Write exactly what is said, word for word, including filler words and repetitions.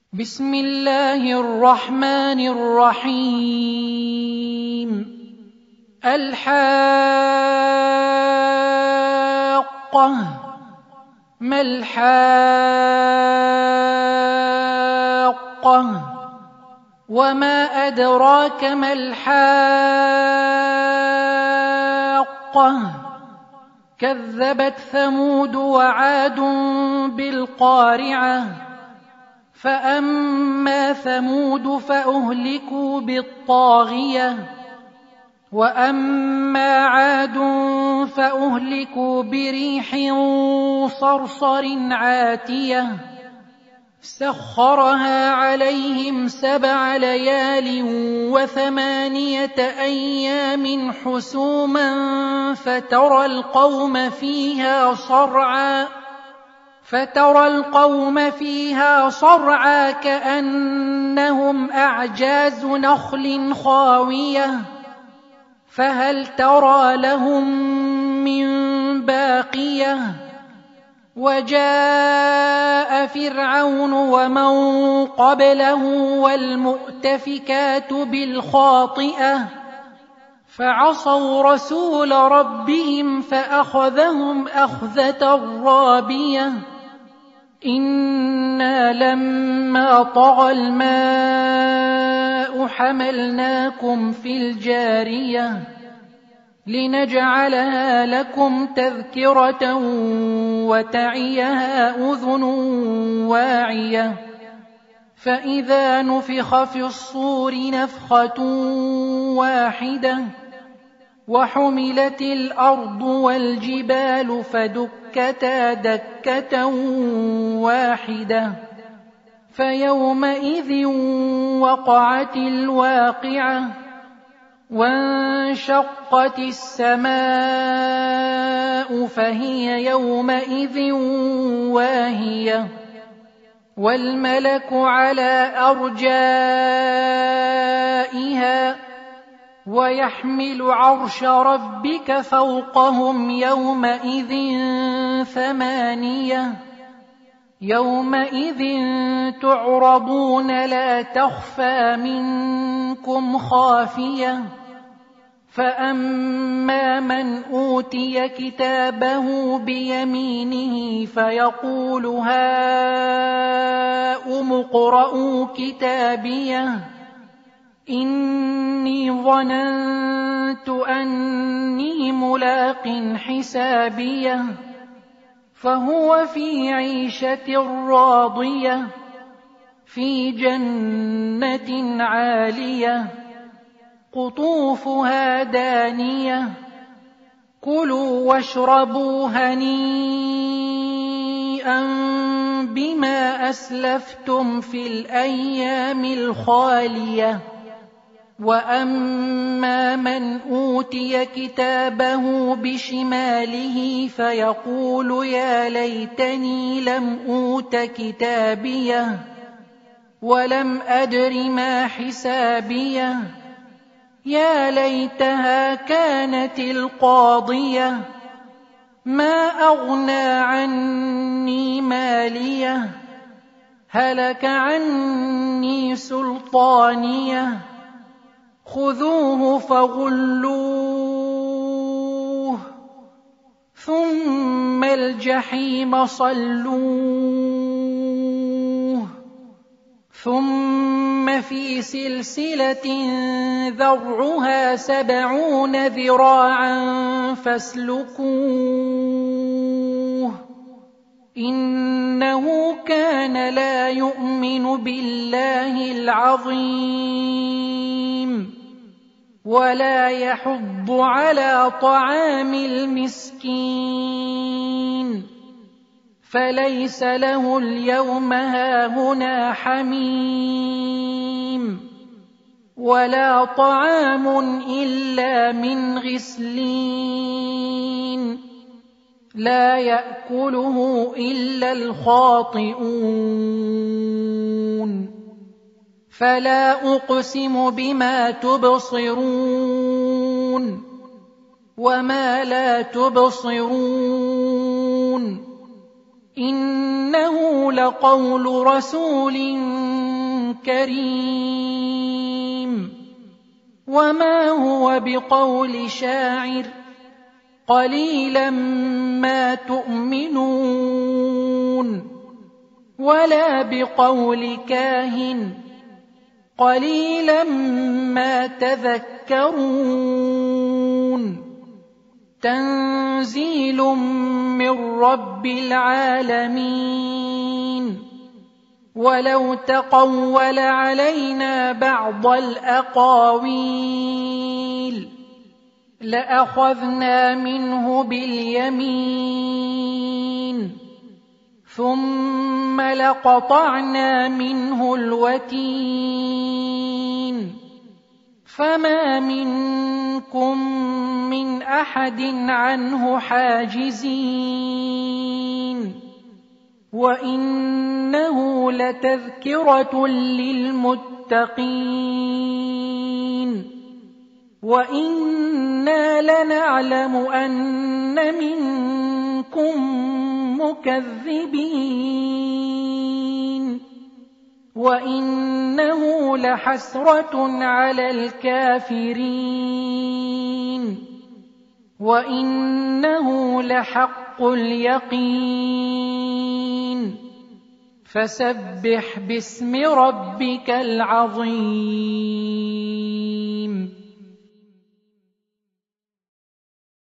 بسم الله الرحمن الرحيم. الحاقة ما الحاقة وما أدراك ما الحاقة كذبت ثمود وعاد بالقارعة فأما ثمود فأهلكوا بالطاغية وأما عاد فأهلكوا بريح صرصر عاتية سخرها عليهم سبع ليال وثمانية أيام حسوما فترى القوم فيها صرعا فترى القوم فيها صرعا كأنهم أعجاز نخل خاوية فهل ترى لهم من باقية وجاء فرعون ومن قبله والمؤتفكات بالخاطئة فعصوا رسول ربهم فأخذهم أخذة رابية إنا لما طغى الماء حملناكم في الجارية لنجعلها لكم تذكرة وتعيها أذن واعية فإذا نفخ في الصور نفخة واحدة وحملت الأرض والجبال فدكتا دكة واحدة فيومئذ وقعت الواقعة وانشقت السماء فهي يومئذ واهية والملك على أرجائها ويحمل عرش ربك فوقهم يومئذ ثمانية يومئذ تعرضون لا تخفى منكم خافية فأما من أوتي كتابه بيمينه فيقول هاؤم اقرءوا كتابيه إني ظننت أني ملاق حسابيه فهو في عيشة راضية في جنة عالية قطوفها دانية كلوا واشربوا هنيئا بما أسلفتم في الأيام الخالية وأما من أوتي كتابه بشماله فيقول يا ليتني لم أوت كتابيه ولم أدر ما حسابيه يا ليتها كانت القاضية ما أغنى عني ماليه هلك عني سلطانيه خذوه فغلوه ثم الجحيم صلوه ثم في سلسلة ذرعها سبعون ذراعا فاسلكوه إنه كان لا يؤمن بالله العظيم ولا يحض على طعام المسكين فليس له اليوم هاهنا حميم ولا طعام إلا من غسلين لا يأكله إلا الخاطئون فلا أقسم بما تبصرون وما لا تبصرون إنه لقول رسول كريم وما هو بقول شاعر قليلا ما تؤمنون ولا بقول كاهن قليلا ما تذكرون تنزيل من رب العالمين ولو تقول علينا بعض الأقاويل لأخذنا منه باليمين ثم لقطعنا منه الوتين فما منكم من أحد عنه حاجزين وإنه لتذكرة للمتقين وإنا لنعلم أن منكم مكذبين وإنه لحسرة على الكافرين وإنه لحق اليقين فسبح باسم ربك العظيم.